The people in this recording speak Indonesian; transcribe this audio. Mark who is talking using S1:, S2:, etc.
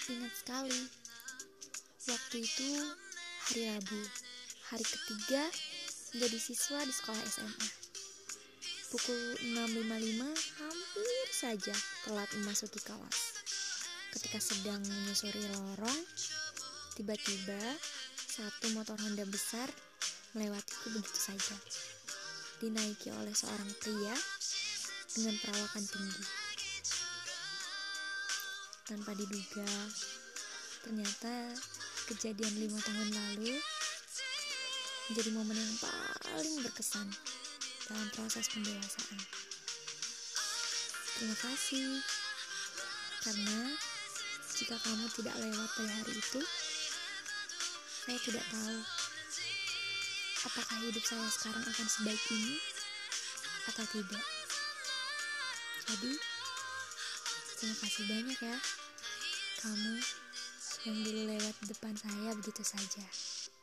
S1: Ingat sekali, waktu itu hari Rabu, hari ketiga menjadi siswa di sekolah SMA. Pukul 6.55 hampir saja telat memasuki kelas. Ketika sedang menyusuri lorong, tiba-tiba satu motor Honda besar melewatiku begitu saja. Dinaiki oleh seorang pria dengan perawakan tinggi. Tanpa diduga, ternyata kejadian 5 tahun lalu menjadi momen yang paling berkesan dalam proses pendewasaan. Terima kasih, karena jika kamu tidak lewat pada hari itu, saya tidak tahu apakah hidup saya sekarang akan sebaik ini atau tidak. Jadi, terima kasih banyak ya, kamu yang dulu lewat depan saya begitu saja.